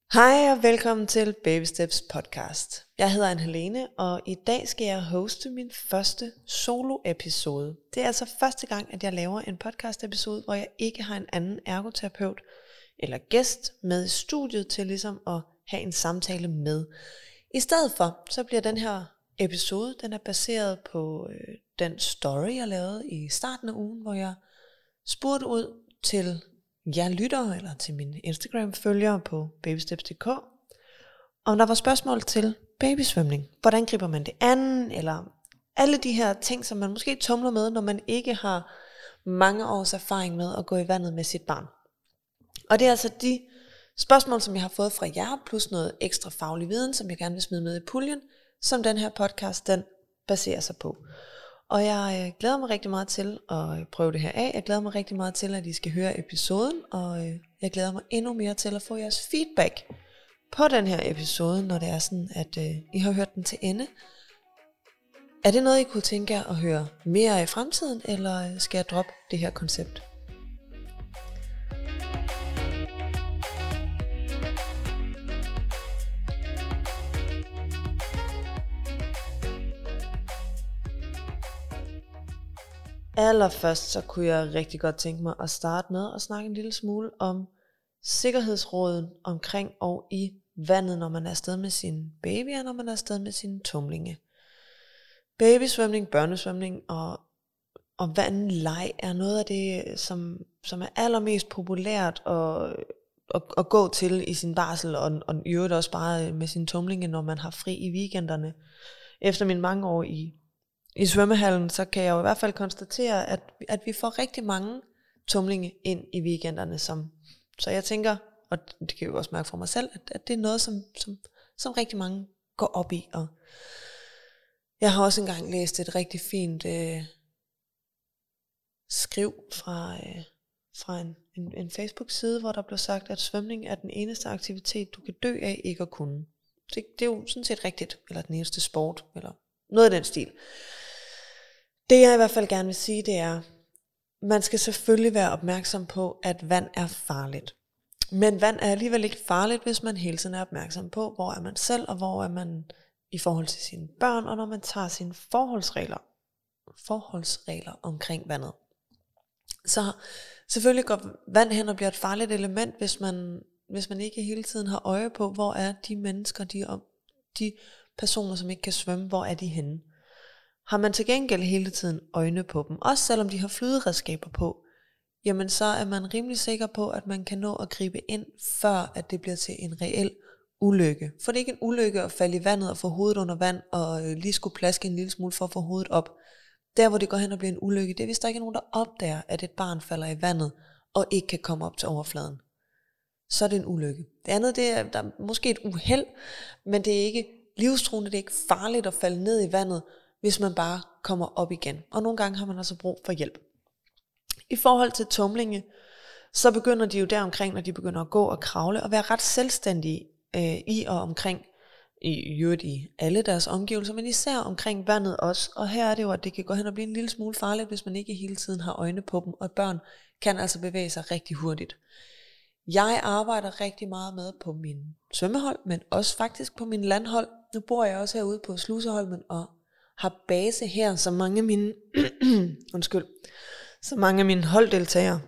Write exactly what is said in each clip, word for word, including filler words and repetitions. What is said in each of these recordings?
Hej og velkommen til Baby Steps podcast. Jeg hedder Anne-Helene, og i dag skal jeg hoste min første solo-episode. Det er altså første gang, at jeg laver en podcast-episode, hvor jeg ikke har en anden ergoterapeut eller gæst med i studiet til ligesom at have en samtale med. I stedet for, så bliver den her episode, den er baseret på øh, den story, jeg lavede i starten af ugen, hvor jeg spurgte ud til jeg lytter, eller til mine Instagram-følgere på babysteps punktum d k, om der var spørgsmål til babysvømning. Hvordan griber man det an, eller alle de her ting, som man måske tumler med, når man ikke har mange års erfaring med at gå i vandet med sit barn. Og det er altså de spørgsmål, som jeg har fået fra jer, plus noget ekstra faglig viden, som jeg gerne vil smide med i puljen, som den her podcast, den baserer sig på. Og jeg øh, glæder mig rigtig meget til at prøve det her af. Jeg glæder mig rigtig meget til, at I skal høre episoden. Og øh, jeg glæder mig endnu mere til at få jeres feedback på den her episode, når det er sådan, at øh, I har hørt den til ende. Er det noget, I kunne tænke jer at høre mere af i fremtiden, eller skal jeg droppe det her koncept? Allerførst så kunne jeg rigtig godt tænke mig at starte med at snakke en lille smule om sikkerhedsråden omkring og i vandet, når man er afsted med sin baby, og når man er afsted med sin tumlinge. Babysvømning, børnesvømning og, og vandleg er noget af det, som, som er allermest populært at, at, at gå til i sin barsel, og, og i øvrigt også bare med sin tumlinge, når man har fri i weekenderne. Efter mine mange år i I svømmehallen, så kan jeg jo i hvert fald konstatere, at, at vi får rigtig mange tumlinge ind i weekenderne. Som, så jeg tænker, og det kan jeg jo også mærke for mig selv, at, at det er noget, som, som, som rigtig mange går op i. Og jeg har også engang læst et rigtig fint øh, skriv fra, øh, fra en, en, en Facebook-side, hvor der blev sagt, at svømning er den eneste aktivitet, du kan dø af ikke at kunne. Det, det er jo sådan set rigtigt, eller den eneste sport, eller noget af den stil. Det jeg i hvert fald gerne vil sige, det er, man skal selvfølgelig være opmærksom på, at vand er farligt. Men vand er alligevel ikke farligt, hvis man hele tiden er opmærksom på, hvor er man selv, og hvor er man i forhold til sine børn, og når man tager sine forholdsregler, forholdsregler omkring vandet. Så selvfølgelig går vand hen og bliver et farligt element, hvis man, hvis man ikke hele tiden har øje på, hvor er de mennesker, de, de personer, som ikke kan svømme, hvor er de henne. Har man til gengæld hele tiden øjne på dem, også selvom de har flyderedskaber på, jamen så er man rimelig sikker på, at man kan nå at gribe ind, før at det bliver til en reel ulykke. For det er ikke en ulykke at falde i vandet og få hovedet under vand, og lige skulle plaske en lille smule for at få hovedet op. Der hvor det går hen og bliver en ulykke, det er hvis der ikke er nogen, der opdager, at et barn falder i vandet, og ikke kan komme op til overfladen. Så er det en ulykke. Det andet, det er, der er måske et uheld, men det er ikke livstruende, det er ikke farligt at falde ned i vandet, hvis man bare kommer op igen. Og nogle gange har man altså brug for hjælp. I forhold til tumlinge, så begynder de jo deromkring, når de begynder at gå og kravle, og være ret selvstændige øh, i og omkring, i øvrigt i alle deres omgivelser, men især omkring vandet også. Og her er det jo, at det kan gå hen og blive en lille smule farligt, hvis man ikke hele tiden har øjne på dem, og børn kan altså bevæge sig rigtig hurtigt. Jeg arbejder rigtig meget med på min svømmehold, men også faktisk på min landhold. Nu bor jeg også herude på Sluseholmen og har base her, så mange af mine undskyld, så mange af mine holddeltagere.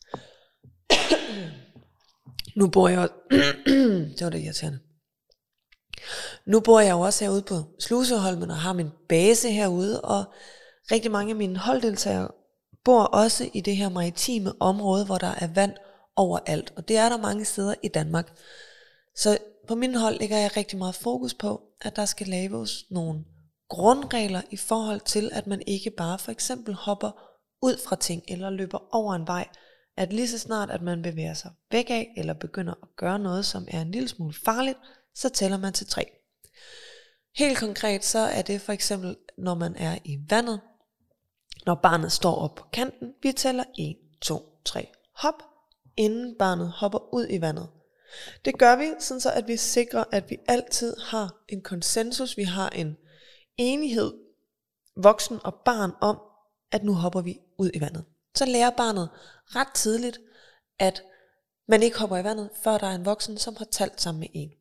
nu bor jeg det var det irriterende. Nu bor jeg jo også herude på Sluseholmen og har min base herude, og rigtig mange af mine holddeltagere bor også i det her maritime område, hvor der er vand overalt, og det er der mange steder i Danmark. Så på min hold lægger jeg rigtig meget fokus på, at der skal laves nogle grundregler i forhold til, at man ikke bare for eksempel hopper ud fra ting eller løber over en vej, at lige så snart at man bevæger sig væk af eller begynder at gøre noget, som er en lille smule farligt, så tæller man til tre. Helt konkret så er det for eksempel, når man er i vandet, når barnet står op på kanten, vi tæller en, to, tre, hop, inden barnet hopper ud i vandet. Det gør vi, sådan så at vi sikrer, at vi altid har en konsensus, vi har en enighed, voksen og barn, om, at nu hopper vi ud i vandet. Så lærer barnet ret tidligt, at man ikke hopper i vandet, før der er en voksen, som har talt sammen med en.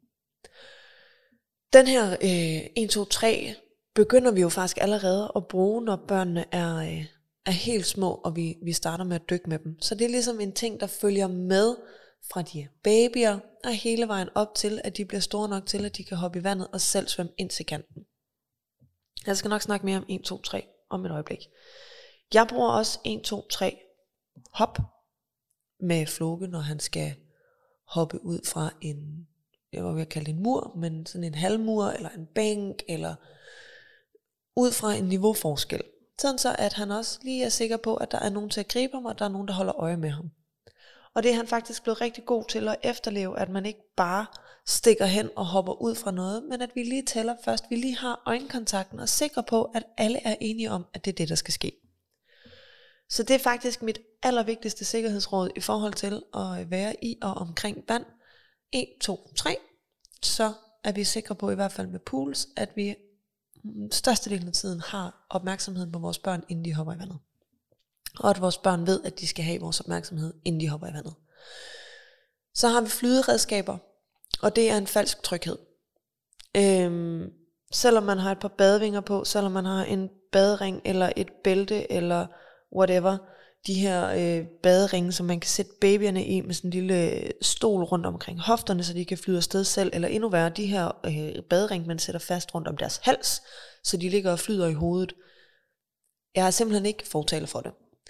Den her øh, en, to, tre begynder vi jo faktisk allerede at bruge, når børnene er, øh, er helt små, og vi, vi starter med at dykke med dem. Så det er ligesom en ting, der følger med fra de er babyer, og hele vejen op til, at de bliver store nok til, at de kan hoppe i vandet og selv svømme ind til kanten. Jeg skal nok snakke mere om en, to, tre om et øjeblik. Jeg bruger også en, to, tre hop med Floke, når han skal hoppe ud fra en, jeg var ved at kalde det en mur, men sådan en halvmur, eller en bænk, eller ud fra en niveauforskel. Sådan så, at han også lige er sikker på, at der er nogen til at gribe ham, og der er nogen, der holder øje med ham. Og det er han faktisk blevet rigtig god til at efterleve, at man ikke bare stikker hen og hopper ud fra noget, men at vi lige tæller først, vi lige har øjenkontakten og er sikre på, at alle er enige om, at det er det, der skal ske. Så det er faktisk mit allervigtigste sikkerhedsråd i forhold til at være i og omkring vand. en, to, tre. Så er vi sikre på, i hvert fald med pools, at vi størstedelen af tiden har opmærksomheden på vores børn, inden de hopper i vandet. Og at vores børn ved, at de skal have vores opmærksomhed, inden de hopper i vandet. Så har vi flyderedskaber, og det er en falsk tryghed. Øhm, selvom man har et par badevinger på, selvom man har en badering eller et bælte eller whatever, de her øh, baderinge, som man kan sætte babyerne i med sådan en lille stol rundt omkring hofterne, så de kan flyde afsted selv, eller endnu værre, de her øh, baderinge, man sætter fast rundt om deres hals, så de ligger og flyder i hovedet. Jeg har simpelthen ikke fortaler for det.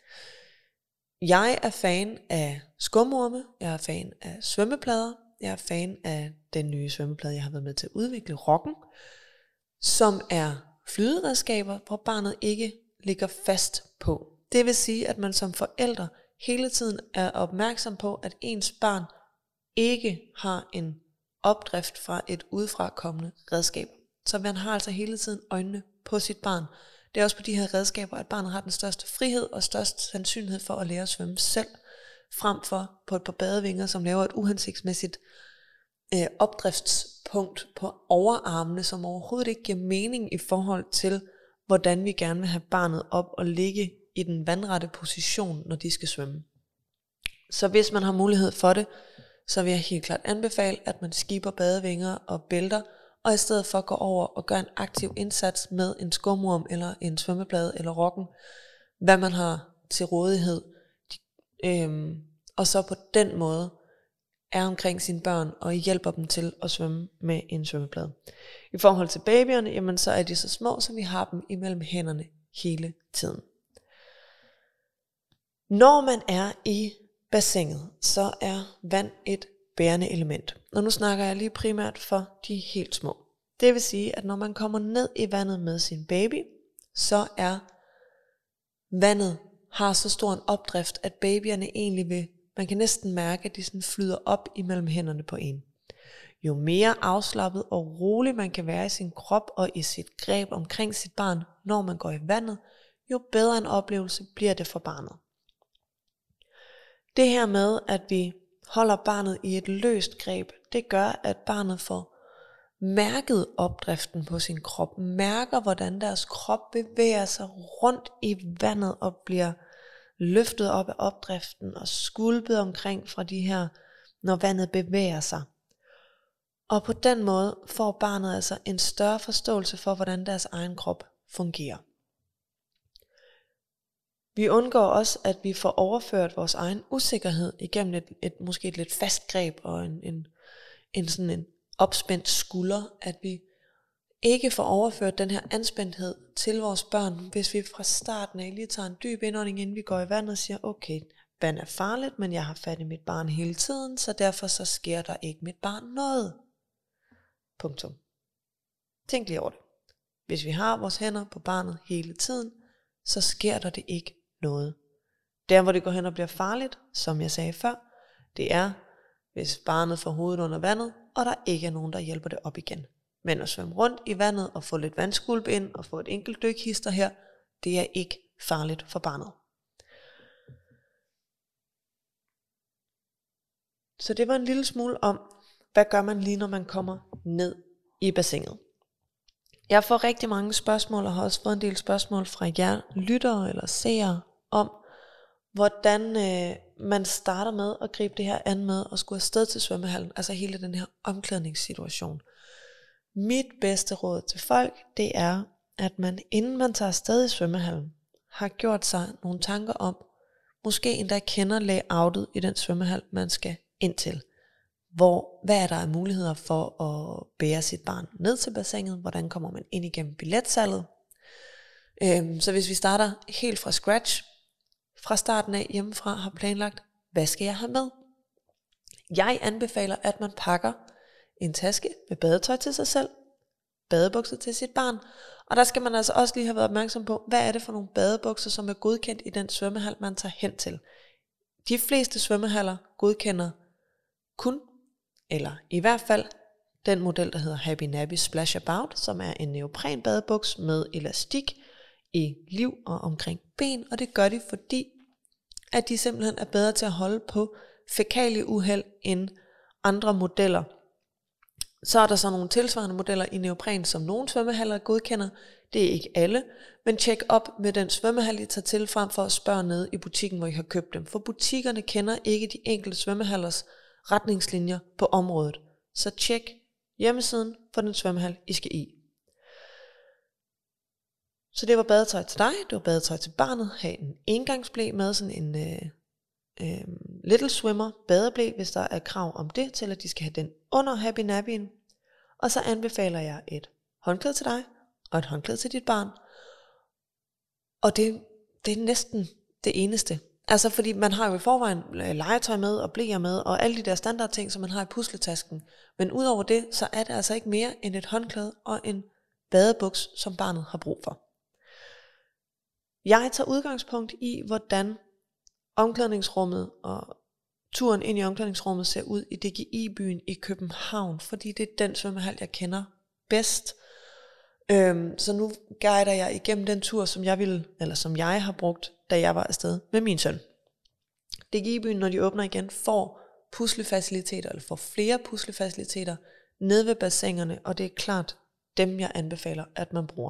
Jeg er fan af skumorme, jeg er fan af svømmeplader, jeg er fan af den nye svømmeplade, jeg har været med til at udvikle, Rocken, som er flyderedskaber, hvor barnet ikke ligger fast på. Det vil sige, at man som forælder hele tiden er opmærksom på, at ens barn ikke har en opdrift fra et udefrakommende redskab. Så man har altså hele tiden øjnene på sit barn. Det er også på de her redskaber, at barnet har den største frihed og største sandsynlighed for at lære at svømme selv, frem for på et par badevinger, som laver et uhensigtsmæssigt øh, opdriftspunkt på overarmene, som overhovedet ikke giver mening i forhold til, hvordan vi gerne vil have barnet op og ligge i den vandrette position, når de skal svømme. Så hvis man har mulighed for det, så vil jeg helt klart anbefale, at man skipper badevinger og bælter, og i stedet for gå over og gøre en aktiv indsats med en skumorm eller en svømmeplade eller Rocken, hvad man har til rådighed, øhm, og så på den måde er omkring sine børn og hjælper dem til at svømme med en svømmeplade. I forhold til babyerne, jamen så er de så små, så vi har dem imellem hænderne hele tiden. Når man er i bassinet, så er vand et bærende element. Og nu snakker jeg lige primært for de helt små. Det vil sige, at når man kommer ned i vandet med sin baby, så er vandet har så stor en opdrift, at babyerne egentlig vil, man kan næsten mærke, at de sådan flyder op imellem hænderne på en. Jo mere afslappet og rolig man kan være i sin krop og i sit greb omkring sit barn, når man går i vandet, jo bedre en oplevelse bliver det for barnet. Det her med, at vi holder barnet i et løst greb, det gør, at barnet får mærket opdriften på sin krop, mærker, hvordan deres krop bevæger sig rundt i vandet og bliver løftet op af opdriften og skulpet omkring fra de her, når vandet bevæger sig. Og på den måde får barnet altså en større forståelse for, hvordan deres egen krop fungerer. Vi undgår også, at vi får overført vores egen usikkerhed igennem et, et måske et lidt fast greb og en, en, en sådan en opspændt skulder, at vi ikke får overført den her anspændthed til vores børn, hvis vi fra starten af lige tager en dyb indånding, inden vi går i vandet og siger, okay, vand er farligt, men jeg har fat i mit barn hele tiden, så derfor så sker der ikke mit barn noget. Punktum. Tænk lige over det. Hvis vi har vores hænder på barnet hele tiden, så sker der det ikke noget. Der hvor det går hen og bliver farligt, som jeg sagde før, det er, hvis barnet får hovedet under vandet, og der ikke er nogen, der hjælper det op igen. Men at svømme rundt i vandet og få lidt vandskulp ind og få et enkelt dykhister her, det er ikke farligt for barnet. Så det var en lille smule om, hvad gør man lige når man kommer ned i bassinet. Jeg får rigtig mange spørgsmål og har også fået en del spørgsmål fra jer lyttere eller seere om, hvordan øh, man starter med at gribe det her an med og skulle afsted til svømmehallen, altså hele den her omklædningssituation. Mit bedste råd til folk, det er, at man inden man tager afsted i svømmehallen, har gjort sig nogle tanker om, måske endda kender layoutet i den svømmehal, man skal ind til. Hvor, hvad er der af muligheder for at bære sit barn ned til bassinet? Hvordan kommer man ind igennem billetsalget? Øhm, så hvis vi starter helt fra scratch, fra starten af hjemmefra har planlagt, hvad skal jeg have med? Jeg anbefaler, at man pakker en taske med badetøj til sig selv, badebukser til sit barn, og der skal man altså også lige have været opmærksom på, hvad er det for nogle badebukser, som er godkendt i den svømmehal, man tager hen til. De fleste svømmehaller godkender kun, eller i hvert fald, den model, der hedder Happy Nappy Splash About, som er en neopren badebuks med elastik i liv og omkring ben, og det gør de, fordi at de simpelthen er bedre til at holde på fækalieuheld end andre modeller. Så er der så nogle tilsvarende modeller i neopren, som nogle svømmehaller godkender. Det er ikke alle, men tjek op med den svømmehal, I tager til, frem for at spørge nede i butikken, hvor I har købt dem. For butikkerne kender ikke de enkelte svømmehallers retningslinjer på området. Så tjek hjemmesiden for den svømmehal, I skal i. Så det var badetøj til dig, det var badetøj til barnet. Ha' en engangsble med, sådan en øh, øh, Little Swimmer badeble, hvis der er krav om det, til at de skal have den under Happy Nappyen. Og så anbefaler jeg et håndklæde til dig, og et håndklæde til dit barn. Og det, det er næsten det eneste. Altså fordi man har jo i forvejen legetøj med, og bleer med, og alle de der standardting, som man har i pusletasken. Men udover det, så er det altså ikke mere end et håndklæde og en badebuks, som barnet har brug for. Jeg tager udgangspunkt i, hvordan omklædningsrummet og turen ind i omklædningsrummet ser ud i D G I-byen i København, fordi det er den svømmehal, jeg kender bedst. Øhm, så nu guider jeg igennem den tur, som jeg ville, eller som jeg har brugt, da jeg var afsted med min søn. D G I-byen, når de åbner igen, får puslefaciliteter, eller får flere puslefaciliteter nede ved bassinerne, og det er klart dem, jeg anbefaler, at man bruger.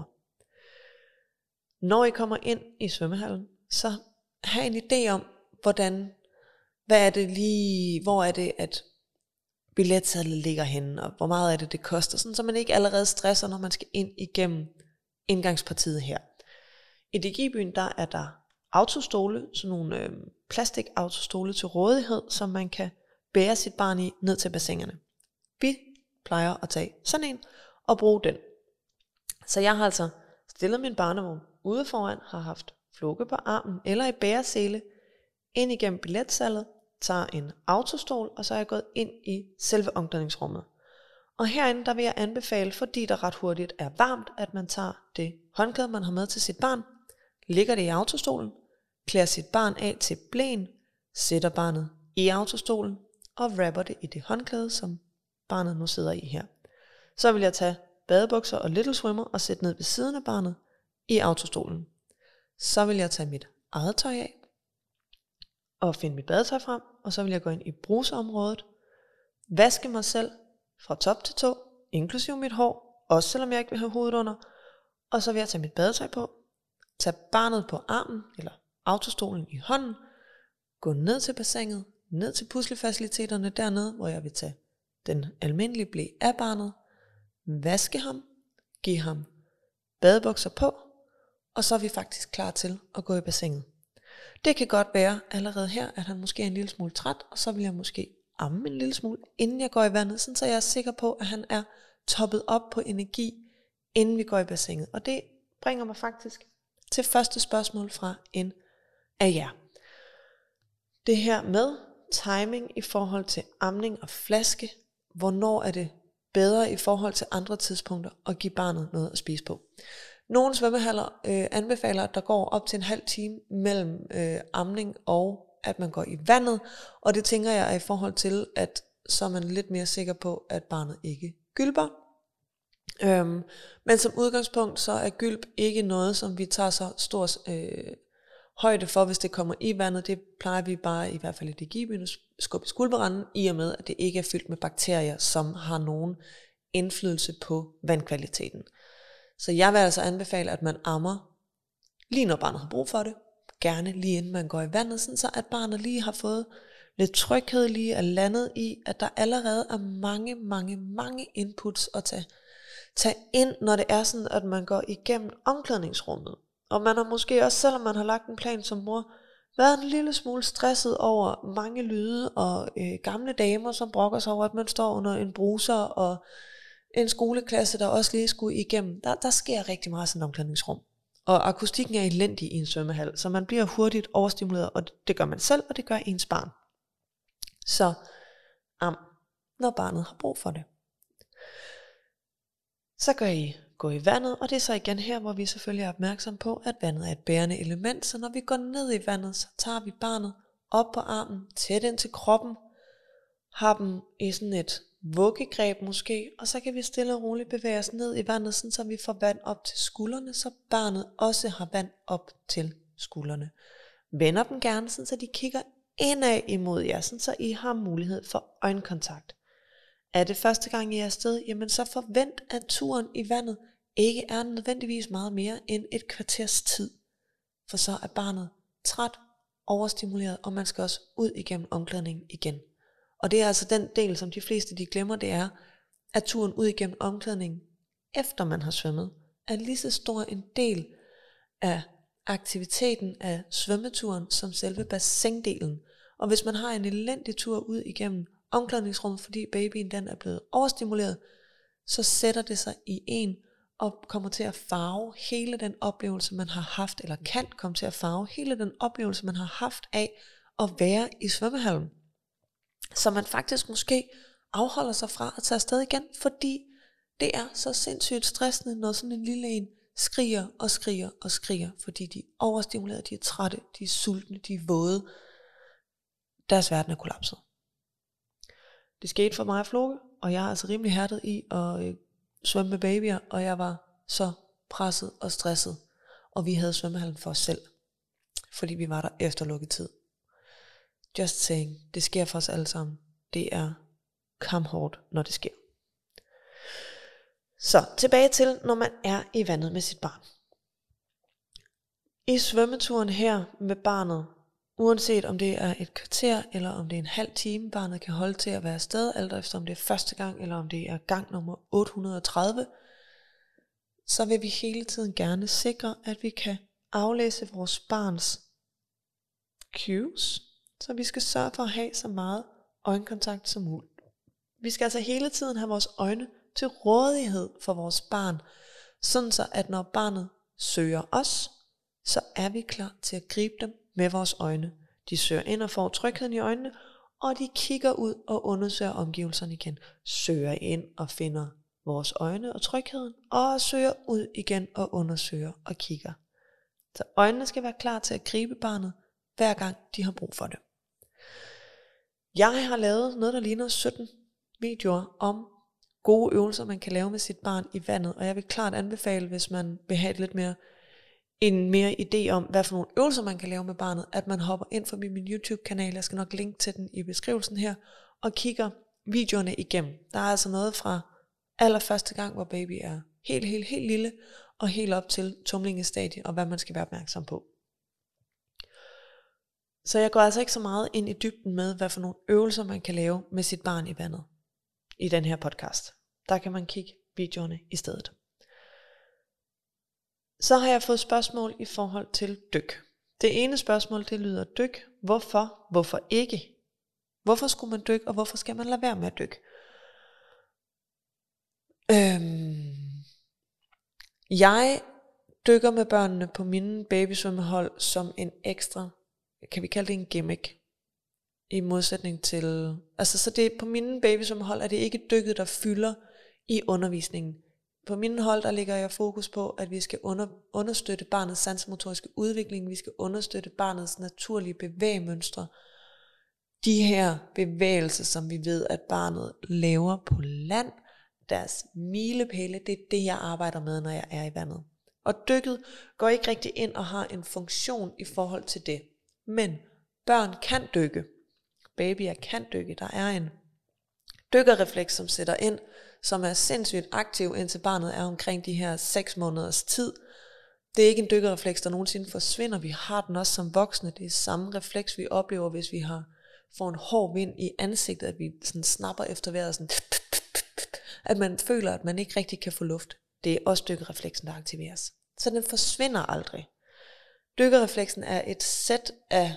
Når I kommer ind i svømmehallen, så have en idé om, hvordan, hvad er det lige, hvor er det, at billetsalget ligger henne, og hvor meget er det, det koster, sådan, så man ikke allerede stresser, når man skal ind igennem indgangspartiet her. I D G I-byen, der er der autostole, sådan nogle øh, plastikautostole til rådighed, som man kan bære sit barn i ned til bassinerne. Vi plejer at tage sådan en og bruge den. Så jeg har altså stillet min barnevogn ude foran, har haft Floke på armen eller i bæresele, ind igennem billetsalget, tager en autostol, og så er jeg gået ind i selve omklædningsrummet. Og herinde, der vil jeg anbefale, fordi der ret hurtigt er varmt, at man tager det håndklæde, man har med til sit barn, lægger det i autostolen, klæder sit barn af til blæen, sætter barnet i autostolen, og wrapper det i det håndklæde, som barnet nu sidder i her. Så vil jeg tage badebukser og Little Swimmer og sætte ned ved siden af barnet i autostolen. Så vil jeg tage mit eget tøj af, og finde mit badetøj frem, og så vil jeg gå ind i bruseområdet, vaske mig selv fra top til tå, inklusive mit hår, også selvom jeg ikke vil have hovedet under, og så vil jeg tage mit badetøj på, tage barnet på armen, eller autostolen i hånden, gå ned til bassinet, ned til puslefaciliteterne dernede, hvor jeg vil tage den almindelige ble af barnet, vaske ham, give ham badebukser på, og så er vi faktisk klar til at gå i bassinet. Det kan godt være allerede her, at han måske er en lille smule træt, og så vil jeg måske amme en lille smule, inden jeg går i vandet, sådan så jeg er sikker på, at han er toppet op på energi, inden vi går i bassinet. Og det bringer mig faktisk til første spørgsmål fra en af jer. Det her med timing i forhold til amning og flaske, hvornår er det bedre i forhold til andre tidspunkter at give barnet noget at spise på. Nogle svømmehaller øh, anbefaler, at der går op til en halv time mellem øh, amning og at man går i vandet, og det tænker jeg er i forhold til, at så er man lidt mere sikker på, at barnet ikke gylper. Øhm, men som udgangspunkt, så er gylp ikke noget, som vi tager så stor øh, højde for, hvis det kommer i vandet. Det plejer vi bare, i hvert fald i D G I-byen, at skubbe i skulderranden, i og med, at det ikke er fyldt med bakterier, som har nogen indflydelse på vandkvaliteten. Så jeg vil altså anbefale, at man ammer lige når barnet har brug for det. gerne lige inden man går i vandet, sådan så at barnet lige har fået lidt tryghed, lige er landet i, at der allerede er mange, mange, mange inputs at tage, tage ind, når det er sådan, at man går igennem omklædningsrummet. Og man har måske også, selvom man har lagt en plan som mor, været en lille smule stresset over mange lyde og øh, gamle damer, som brokker sig over, at man står under en bruser og en skoleklasse, der også lige skulle igennem. Der, der sker rigtig meget sådan et omklædningsrum. Og akustikken er elendig i en svømmehal, så man bliver hurtigt overstimuleret, og det gør man selv, og det gør ens barn. Så am, når barnet har brug for det. Så gør I gå i vandet, og det er så igen her, hvor vi selvfølgelig er opmærksom på, at vandet er et bærende element, så når vi går ned i vandet, så tager vi barnet op på armen, tæt ind til kroppen, har dem i sådan et vuggegreb måske, og så kan vi stille og roligt bevæge os ned i vandet, sådan så vi får vand op til skuldrene, så barnet også har vand op til skuldrene. Vender dem gerne, sådan så de kigger indad imod jer, sådan så I har mulighed for øjenkontakt. Er det første gang I er afsted, jamen så forvent, at turen i vandet ikke er nødvendigvis meget mere end et kvarters tid. For så er barnet træt, overstimuleret, og man skal også ud igennem omklædningen igen. Og det er altså den del, som de fleste de glemmer, det er, at turen ud igennem omklædningen, efter man har svømmet, er lige så stor en del af aktiviteten af svømmeturen, som selve bassindelen. Og hvis man har en elendig tur ud igennem omklædningsrummet, fordi babyen den er blevet overstimuleret, så sætter det sig i en og kommer til at farve hele den oplevelse, man har haft, eller kan komme til at farve hele den oplevelse, man har haft af at være i svømmehallen. Så man faktisk måske afholder sig fra at tage afsted igen, fordi det er så sindssygt stressende, når sådan en lille en skriger og skriger og skriger, fordi de er overstimuleret, de er trætte, de er sultne, de er våde. Deres verden er kollapset. Det skete for mig og Floke, og jeg er altså rimelig hærdet i at øh, svømme med babyer, og jeg var så presset og stresset, og vi havde svømmehallen for os selv, fordi vi var der efter lukketid. Just saying, det sker for os alle sammen. Det er kamhårdt, når det sker. Så tilbage til, når man er i vandet med sit barn. I svømmeturen her med barnet, uanset om det er et kvarter, eller om det er en halv time, barnet kan holde til at være afsted, alt efter om det er første gang, eller om det er gang nummer otte hundrede og tredive, så vil vi hele tiden gerne sikre, at vi kan aflæse vores barns cues, så vi skal sørge for at have så meget øjenkontakt som muligt. Vi skal altså hele tiden have vores øjne til rådighed for vores barn, sådan så at når barnet søger os, så er vi klar til at gribe dem med vores øjne. De søger ind og får trygheden i øjnene, og de kigger ud og undersøger omgivelserne igen. Søger ind og finder vores øjne og trygheden, og søger ud igen og undersøger og kigger. Så øjnene skal være klar til at gribe barnet, hver gang de har brug for det. Jeg har lavet noget, der ligner sytten videoer om gode øvelser, man kan lave med sit barn i vandet, og jeg vil klart anbefale, hvis man vil have et lidt mere en mere idé om, hvad for nogle øvelser man kan lave med barnet, at man hopper ind forbi min YouTube-kanal, jeg skal nok linke til den i beskrivelsen her, og kigger videoerne igennem. Der er altså noget fra allerførste gang, hvor baby er helt, helt, helt lille, og helt op til tumlingestadie, og hvad man skal være opmærksom på. Så jeg går altså ikke så meget ind i dybden med, hvad for nogle øvelser man kan lave med sit barn i vandet, i den her podcast. Der kan man kigge videoerne i stedet. Så har jeg fået spørgsmål i forhold til dyk. Det ene spørgsmål, det lyder dyk. Hvorfor? Hvorfor ikke? Hvorfor skulle man dykke, og hvorfor skal man lade være med at dykke? Øhm, jeg dykker med børnene på mine babysvømmehold som en ekstra, kan vi kalde det en gimmick, i modsætning til, altså så det på mine babysvømmehold er det ikke dykket, der fylder i undervisningen. På mine hold, der ligger jeg fokus på, at vi skal under, understøtte barnets sansemotoriske udvikling, vi skal understøtte barnets naturlige bevægemønstre. De her bevægelser, som vi ved, at barnet laver på land, deres milepæle, det er det, jeg arbejder med, når jeg er i vandet. Og dykket går ikke rigtig ind og har en funktion i forhold til det. Men børn kan dykke. Babyer kan dykke. Der er en dykkerrefleks, som sætter ind, som er sindssygt aktiv, indtil barnet er omkring de her seks måneders tid. Det er ikke en dykkerrefleks, der nogensinde forsvinder. Vi har den også som voksne. Det er samme refleks, vi oplever, hvis vi har får en hård vind i ansigtet, at vi sådan snapper efter vejret, sådan, at man føler, at man ikke rigtig kan få luft. Det er også dykkerrefleksen, der aktiveres. Så den forsvinder aldrig. Dykkerrefleksen er et sæt af,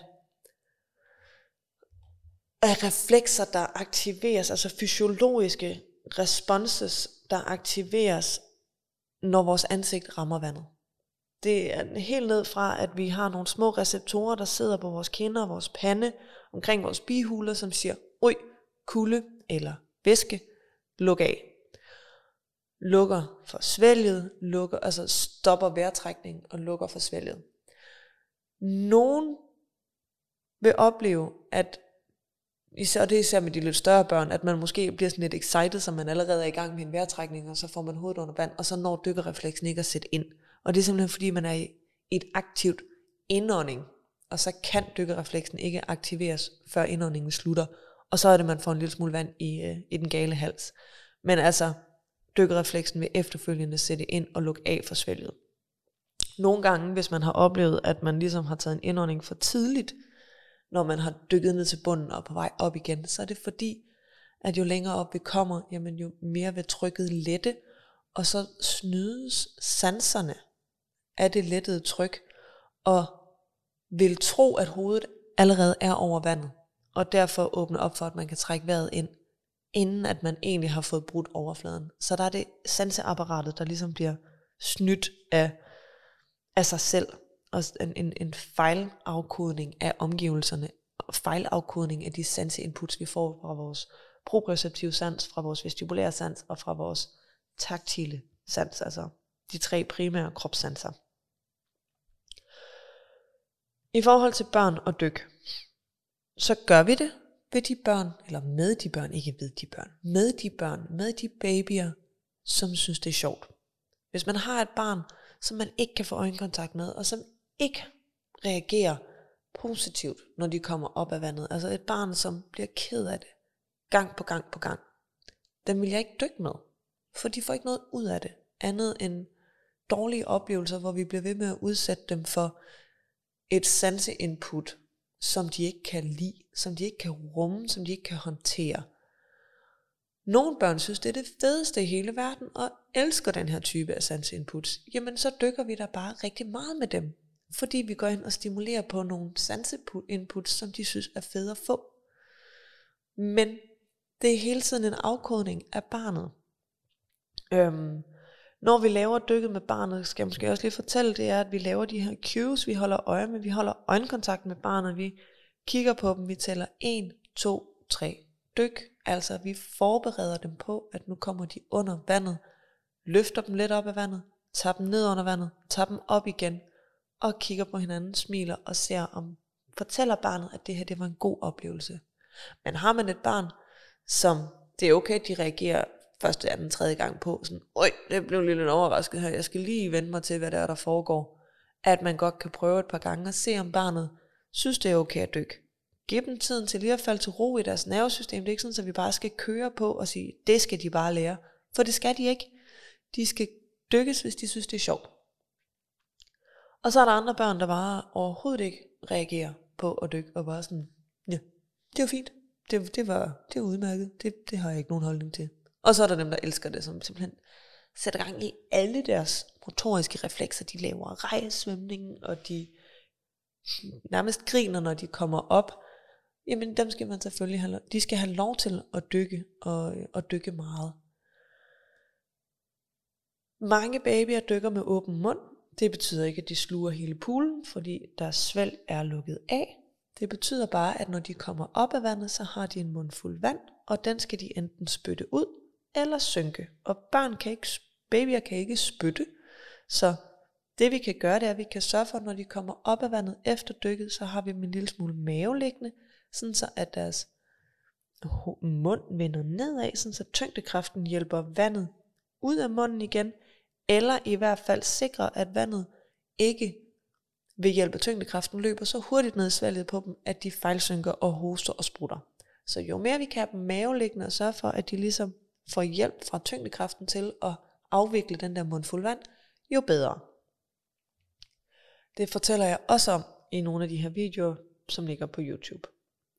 af reflekser, der aktiveres, altså fysiologiske responses, der aktiveres, når vores ansigt rammer vandet. Det er helt ned fra, at vi har nogle små receptorer, der sidder på vores kinder og vores pande, omkring vores bihuler, som siger, oj, kulde eller væske, luk af. Lukker for svælget, lukker, altså stopper vejrtrækningen og lukker for svælget. Nogen vil opleve, at især det er især med de lidt større børn, at man måske bliver sådan lidt excited, så man allerede er i gang med en vejrtrækning, og så får man hovedet under vand, og så når dykkerrefleksen ikke at sætte ind. Og det er simpelthen fordi, man er i et aktivt indånding, og så kan dykkerrefleksen ikke aktiveres, før indåndingen slutter, og så er det, man får en lille smule vand i, øh, i den gale hals. Men altså, dykkerrefleksen vil efterfølgende sætte ind og lukke af for svælget. Nogle gange, hvis man har oplevet, at man ligesom har taget en indånding for tidligt, når man har dykket ned til bunden og på vej op igen, så er det fordi, at jo længere op vi kommer, jamen jo mere vil trykket lette, og så snydes sanserne af det lettede tryk, og vil tro, at hovedet allerede er over vandet, og derfor åbne op for, at man kan trække vejret ind, inden at man egentlig har fået brudt overfladen. Så der er det sanseapparatet, der ligesom bliver snydt af, af sig selv, og en, en, en fejlafkodning af omgivelserne, og fejlafkodning af de sanseinputs, vi får fra vores proprioceptive sans, fra vores vestibulære sans, og fra vores taktile sans, altså de tre primære kropssanser. I forhold til børn og dyk, så gør vi det ved de børn, eller med de børn, ikke ved de børn, med de børn, med de babyer, som synes det er sjovt. Hvis man har et barn, som man ikke kan få øjenkontakt med, og som ikke reagerer positivt, når de kommer op af vandet, altså et barn, som bliver ked af det, gang på gang på gang, dem vil jeg ikke dykke med, for de får ikke noget ud af det, andet end dårlige oplevelser, hvor vi bliver ved med at udsætte dem for et sanseinput, som de ikke kan lide, som de ikke kan rumme, som de ikke kan håndtere. Nogle børn synes, det er det fedeste i hele verden, og elsker den her type af sanseinputs. Jamen så dykker vi der bare rigtig meget med dem, fordi vi går ind og stimulerer på nogle sanseinputs, som de synes er fede at få. Men det er hele tiden en afkodning af barnet. Øhm, når vi laver dykket med barnet, skal jeg måske også lige fortælle, det er, at vi laver de her cues, vi holder øje med, vi holder øjenkontakt med barnet, vi kigger på dem, vi tæller en, to, tre, dyk, altså vi forbereder dem på, at nu kommer de under vandet, løfter dem lidt op af vandet, tager dem ned under vandet, tager dem op igen, og kigger på hinanden, smiler og ser om, fortæller barnet, at det her det var en god oplevelse. Men har man et barn, som det er okay, at de reagerer første, anden, tredje gang på, sådan, øj, det blev lidt overrasket her, jeg skal lige vende mig til, hvad der er, der foregår, at man godt kan prøve et par gange at se, om barnet synes, det er okay at dykke. Giv dem tiden til lige at falde til ro i deres nervesystem. Det er ikke sådan, at vi bare skal køre på og sige, det skal de bare lære. For det skal de ikke. De skal dykkes, hvis de synes, det er sjovt. Og så er der andre børn, der bare overhovedet ikke reagerer på at dykke, og bare sådan, ja, det var fint. Det, det, var, det var udmærket. Det, det har jeg ikke nogen holdning til. Og så er der dem, der elsker det, som simpelthen sætter gang i alle deres motoriske reflekser. De laver rejsvømning, og de nærmest griner, når de kommer op. Jamen dem skal man selvfølgelig have, de skal have lov til at dykke, og, og dykke meget. Mange babyer dykker med åben mund. Det betyder ikke, at de sluger hele poolen, fordi deres svælg er lukket af. Det betyder bare, at når de kommer op af vandet, så har de en mundfuld vand, og den skal de enten spytte ud, eller synke. Og børn kan ikke, babyer kan ikke spytte, så det vi kan gøre, det er, at vi kan sørge for, at når de kommer op af vandet efter dykket, så har vi dem en lille smule mave liggende, sådan så at deres mund vender nedad, sådan så tyngdekraften hjælper vandet ud af munden igen, eller i hvert fald sikrer, at vandet ikke ved hjælp af tyngdekraften løber så hurtigt ned i svælget på dem, at de fejlsynker og hoster og sprutter. Så jo mere vi kan have dem maveliggende og sørge for, at de ligesom får hjælp fra tyngdekraften til at afvikle den der mundfuld vand, jo bedre. Det fortæller jeg også om i nogle af de her videoer, som ligger på YouTube.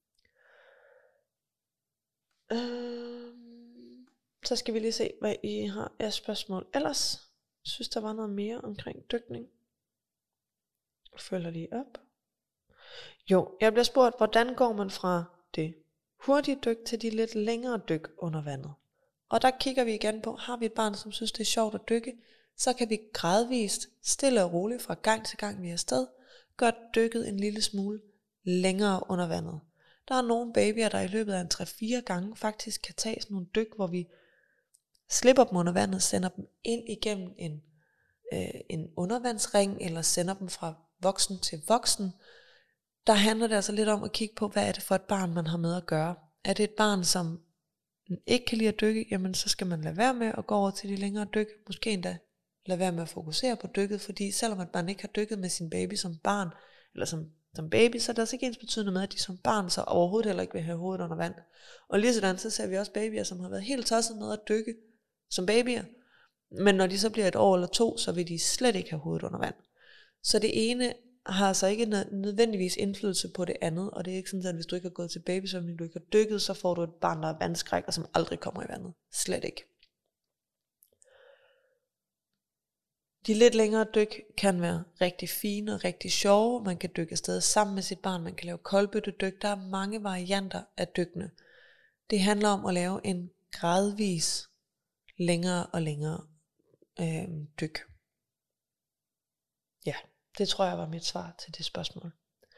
Øh, så skal vi lige se, hvad I har af spørgsmål. Ellers jeg synes der var noget mere omkring dykning. Jeg følger lige op. Jo, jeg bliver spurgt, hvordan går man fra det hurtige dyk til de lidt længere dyk under vandet. Og der kigger vi igen på, har vi et barn, som synes det er sjovt at dykke, så kan vi gradvist, stille og roligt fra gang til gang vi er afsted, gøre dykket en lille smule længere under vandet. Der er nogle babyer, der i løbet af en tre fire gange faktisk kan tage sådan nogle dyk, hvor vi slipper dem under vandet, sender dem ind igennem en, øh, en undervandsring, eller sender dem fra voksen til voksen. Der handler det altså lidt om at kigge på, hvad er det for et barn, man har med at gøre. Er det et barn, som ikke kan lide at dykke, jamen så skal man lade være med at gå over til de længere dyk. Måske endda lade være med at fokusere på dykket, fordi selvom at man ikke har dykket med sin baby som barn, eller som, som baby, så er det altså ikke ens betydende med, at de som barn så overhovedet heller ikke vil have hovedet under vand. Og lige sådan så ser vi også babyer, som har været helt tosset med at dykke som babyer, men når de så bliver et år eller to, så vil de slet ikke have hovedet under vand. Så det ene har altså ikke nødvendigvis indflydelse på det andet, og det er ikke sådan, at hvis du ikke har gået til babysvømning, du ikke har dykket, så får du et barn, der er vandskræk, og som aldrig kommer i vandet. Slet ikke. De lidt længere dyk kan være rigtig fine og rigtig sjove. Man kan dykke afsted sammen med sit barn, man kan lave koldbøttedyk. Der er mange varianter af dykkene. Det handler om at lave en gradvis længere og længere øh, dyk. Ja. Det tror jeg var mit svar til det spørgsmål.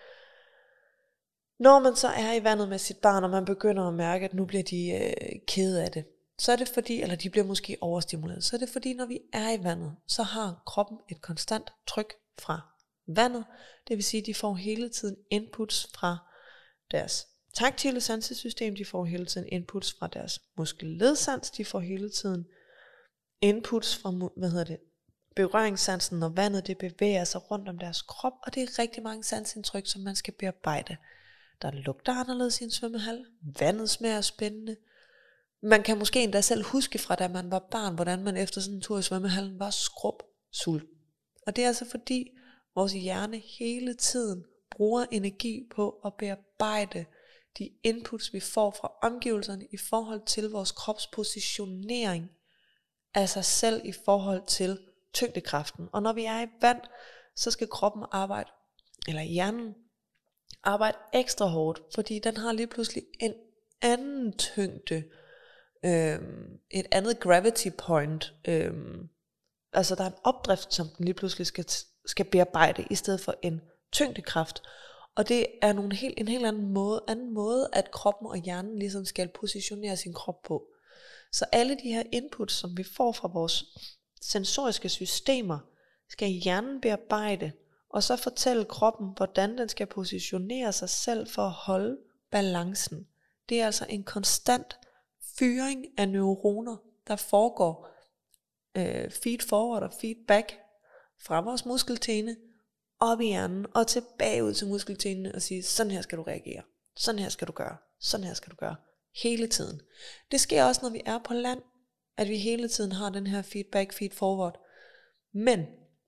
Når man så er i vandet med sit barn, og man begynder at mærke, at nu bliver de øh, kede af det, så er det fordi, eller de bliver måske overstimuleret, så er det fordi, når vi er i vandet, så har kroppen et konstant tryk fra vandet. Det vil sige, at de får hele tiden inputs fra deres taktile sansesystem, de får hele tiden inputs fra deres muskelledsans, de får hele tiden inputs fra, hvad hedder det, berøringssansen, når vandet det bevæger sig rundt om deres krop, og det er rigtig mange sansindtryk, som man skal bearbejde. Der lugter anderledes i en svømmehal, vandet smager spændende. Man kan måske endda selv huske fra da man var barn, hvordan man efter sådan en tur i svømmehallen var skrub sulten. Og det er altså fordi vores hjerne hele tiden bruger energi på at bearbejde de inputs vi får fra omgivelserne i forhold til vores krops positionering af sig selv i forhold til tyngdekraften. Og når vi er i vand, så skal kroppen arbejde, eller hjernen arbejde ekstra hårdt, fordi den har lige pludselig en anden tyngde, øhm, et andet gravity point. Øhm, altså der er en opdrift, som den lige pludselig skal, skal bearbejde, i stedet for en tyngdekraft. Og det er nogle helt, en helt anden måde, anden måde, at kroppen og hjernen ligesom skal positionere sin krop på. Så alle de her inputs, som vi får fra vores sensoriske systemer, skal hjernen bearbejde, og så fortælle kroppen, hvordan den skal positionere sig selv for at holde balancen. Det er altså en konstant fyring af neuroner, der foregår øh, feed forward og feedback fra vores muskeltene op i hjernen og tilbage ud til muskeltenene og sige, sådan her skal du reagere, sådan her skal du gøre, sådan her skal du gøre, hele tiden. Det sker også, når vi er på land, at vi hele tiden har den her feedback, feed forward. Men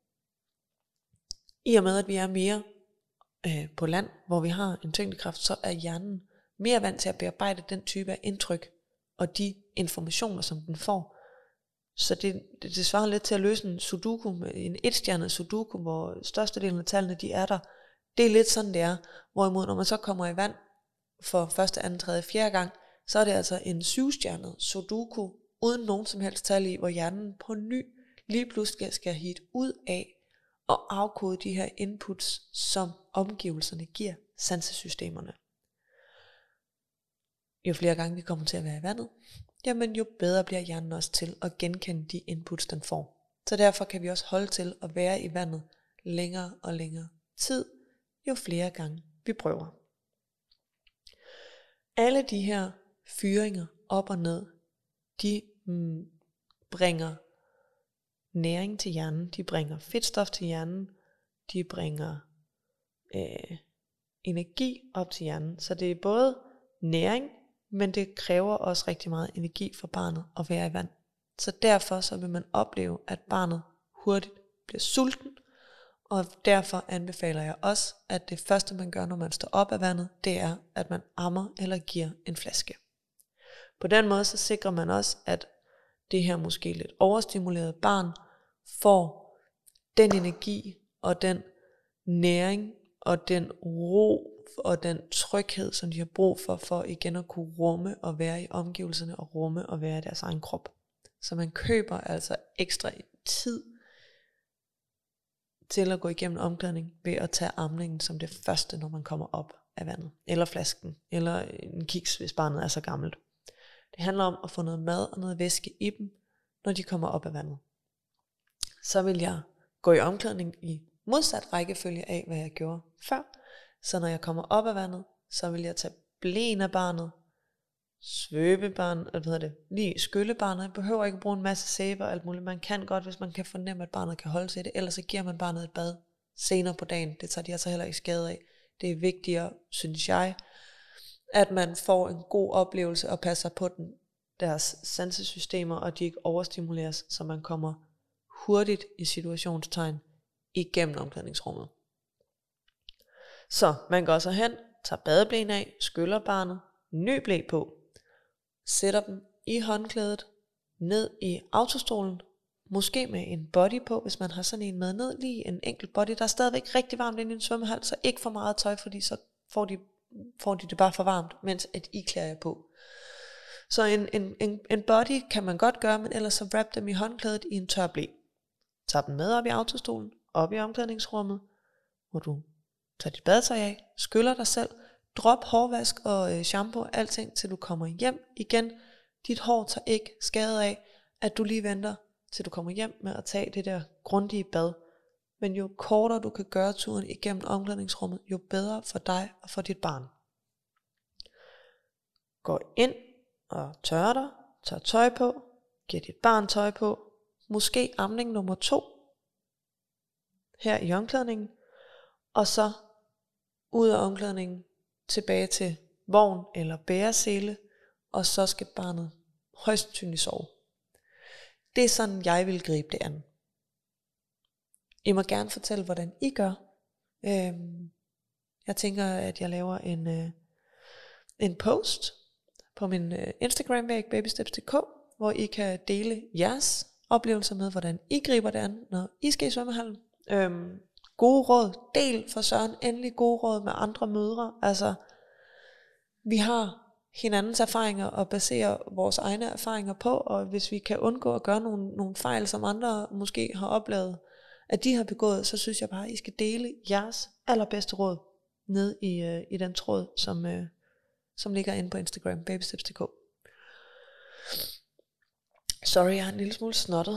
i og med, at vi er mere øh, på land, hvor vi har en tyngdekraft, så er hjernen mere vant til at bearbejde den type af indtryk og de informationer, som den får. Så det, det, det svarer lidt til at løse en sudoku, en etstjernet sudoku, hvor størstedelen af tallene de er der. Det er lidt sådan det er. Hvorimod når man så kommer i vand for første, anden, tredje, fjerde gang, så er det altså en syvstjernet sudoku, uden nogen som helst tal i, hvor hjernen på ny lige pludselig skal hit ud af og afkode de her inputs, som omgivelserne giver sansesystemerne. Jo flere gange vi kommer til at være i vandet, jamen jo bedre bliver hjernen også til at genkende de inputs, den får. Så derfor kan vi også holde til at være i vandet længere og længere tid, jo flere gange vi prøver. Alle de her fyringer op og ned, de mm, bringer næring til hjernen, de bringer fedtstof til hjernen, de bringer øh, energi op til hjernen. Så det er både næring, men det kræver også rigtig meget energi for barnet at være i vand. Så derfor så vil man opleve, at barnet hurtigt bliver sulten, Og derfor anbefaler jeg også, at det første man gør, når man står op af vandet, det er, at man ammer eller giver en flaske. På den måde så sikrer man også, at det her måske lidt overstimulerede barn får den energi og den næring og den ro og den tryghed, som de har brug for, for igen at kunne rumme og være i omgivelserne og rumme og være i deres egen krop. Så man køber altså ekstra tid til at gå igennem omklædning ved at tage amningen som det første, når man kommer op af vandet. Eller flasken, eller en kiks, hvis barnet er så gammelt. Det handler om at få noget mad og noget væske i dem, når de kommer op af vandet. Så vil jeg gå i omklædning i modsat rækkefølge af, hvad jeg gjorde før. Så når jeg kommer op af vandet, så vil jeg tage blæen af barnet, svøbe barnet, hvad hedder det, lige skylle barnet. Jeg behøver ikke bruge en masse sæbe og alt muligt. Man kan godt, hvis man kan fornemme, at barnet kan holde til det. Ellers så giver man barnet et bad senere på dagen. Det tager de altså heller ikke skade af. Det er vigtigere, synes jeg, at man får en god oplevelse og passer på den, deres sansesystemer, og de ikke overstimuleres, så man kommer hurtigt i situationstegn igennem omklædningsrummet. Så man går så hen, tager badeblæen af, skyller barnet, ny blæ på, sætter dem i håndklædet, ned i autostolen, måske med en body på, hvis man har sådan en med ned, lige en enkelt body. Der er stadigvæk rigtig varmt inde i en svømmehal, så ikke for meget tøj, fordi så får de, får de det bare for varmt, mens at I klæder jer på. Så en, en, en, en body kan man godt gøre, men ellers så wrap dem i håndklædet i en tør blæ. Tag dem med op i autostolen, op i omklædningsrummet, hvor du tager dit badetøj af, skyller dig selv, drop hårvask og øh, shampoo, alting, til du kommer hjem igen. Dit hår tager ikke skade af, at du lige venter, til du kommer hjem med at tage det der grundige bad. Men jo kortere du kan gøre turen igennem omklædningsrummet, jo bedre for dig og for dit barn. Gå ind og tørre dig, tør tøj på, giv dit barn tøj på, måske amning nummer to, her i omklædningen, og så ud af omklædningen, tilbage til vogn eller bæresele, og så skal barnet højst sandsynligt sove. Det er sådan, jeg vil gribe det an. I må gerne fortælle, hvordan I gør. Øhm, jeg tænker, at jeg laver en, øh, en post på min øh, Instagram-væg, babysteps punktum d k, hvor I kan dele jeres oplevelser med, hvordan I griber det an, når I skal i svømmehallen. Øhm, gode råd, del for søren, endelig gode råd med andre mødre. Altså, vi har hinandens erfaringer og baserer vores egne erfaringer på, og hvis vi kan undgå at gøre nogle, nogle fejl, som andre måske har oplevet, at de har begået, så synes jeg bare, at I skal dele jeres allerbedste råd ned i, øh, i den tråd, som, øh, som ligger inde på Instagram, babysteps punktum d k. Sorry, jeg er en lille smule snottet.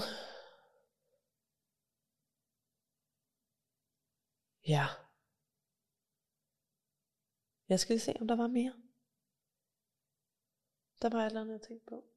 Ja. Jeg skal lige se, om der var mere. Der var et eller andet, jeg tænkte på.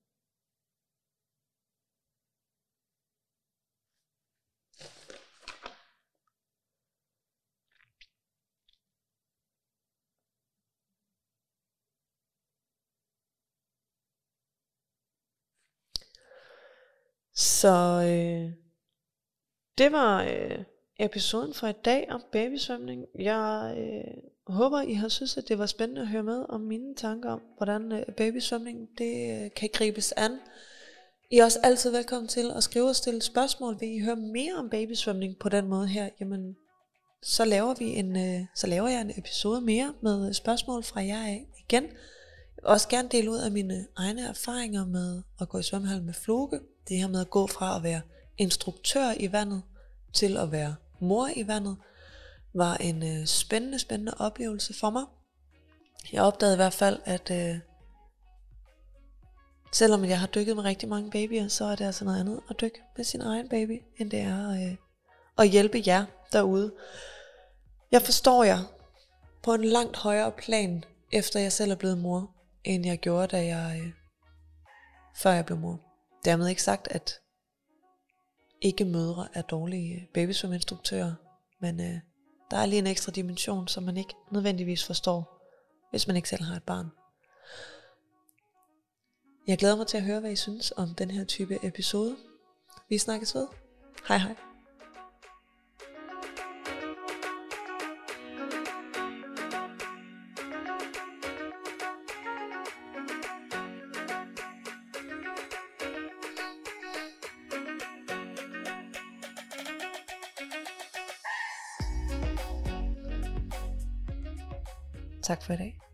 Så øh, det var øh, episoden for i dag om babysvømning. Jeg øh, håber, I har synes, at det var spændende at høre med om mine tanker om, hvordan øh, babysvømning det øh, kan gribes an. I er også altid velkommen til at skrive og stille spørgsmål. Vil I høre mere om babysvømning på den måde her? Jamen, så laver vi en, øh, så laver jeg en episode mere med spørgsmål fra jer af igen. Jeg vil også gerne dele ud af mine egne erfaringer med at gå i svømmehal med Floke. Det her med at gå fra at være instruktør i vandet til at være mor i vandet, var en øh, spændende, spændende oplevelse for mig. Jeg opdagede i hvert fald, at øh, selvom jeg har dykket med rigtig mange babyer, så er det altså noget andet at dykke med sin egen baby, end det er øh, at hjælpe jer derude. Jeg forstår jer på en langt højere plan, efter jeg selv er blevet mor, end jeg gjorde, da jeg, øh, før jeg blev mor. Dermed ikke sagt, at ikke mødre er dårlige babysvømmeinstruktører, men øh, der er lige en ekstra dimension, som man ikke nødvendigvis forstår, hvis man ikke selv har et barn. Jeg glæder mig til at høre, hvad I synes om den her type episode. Vi snakkes ved. Hej hej. Tak for i dag.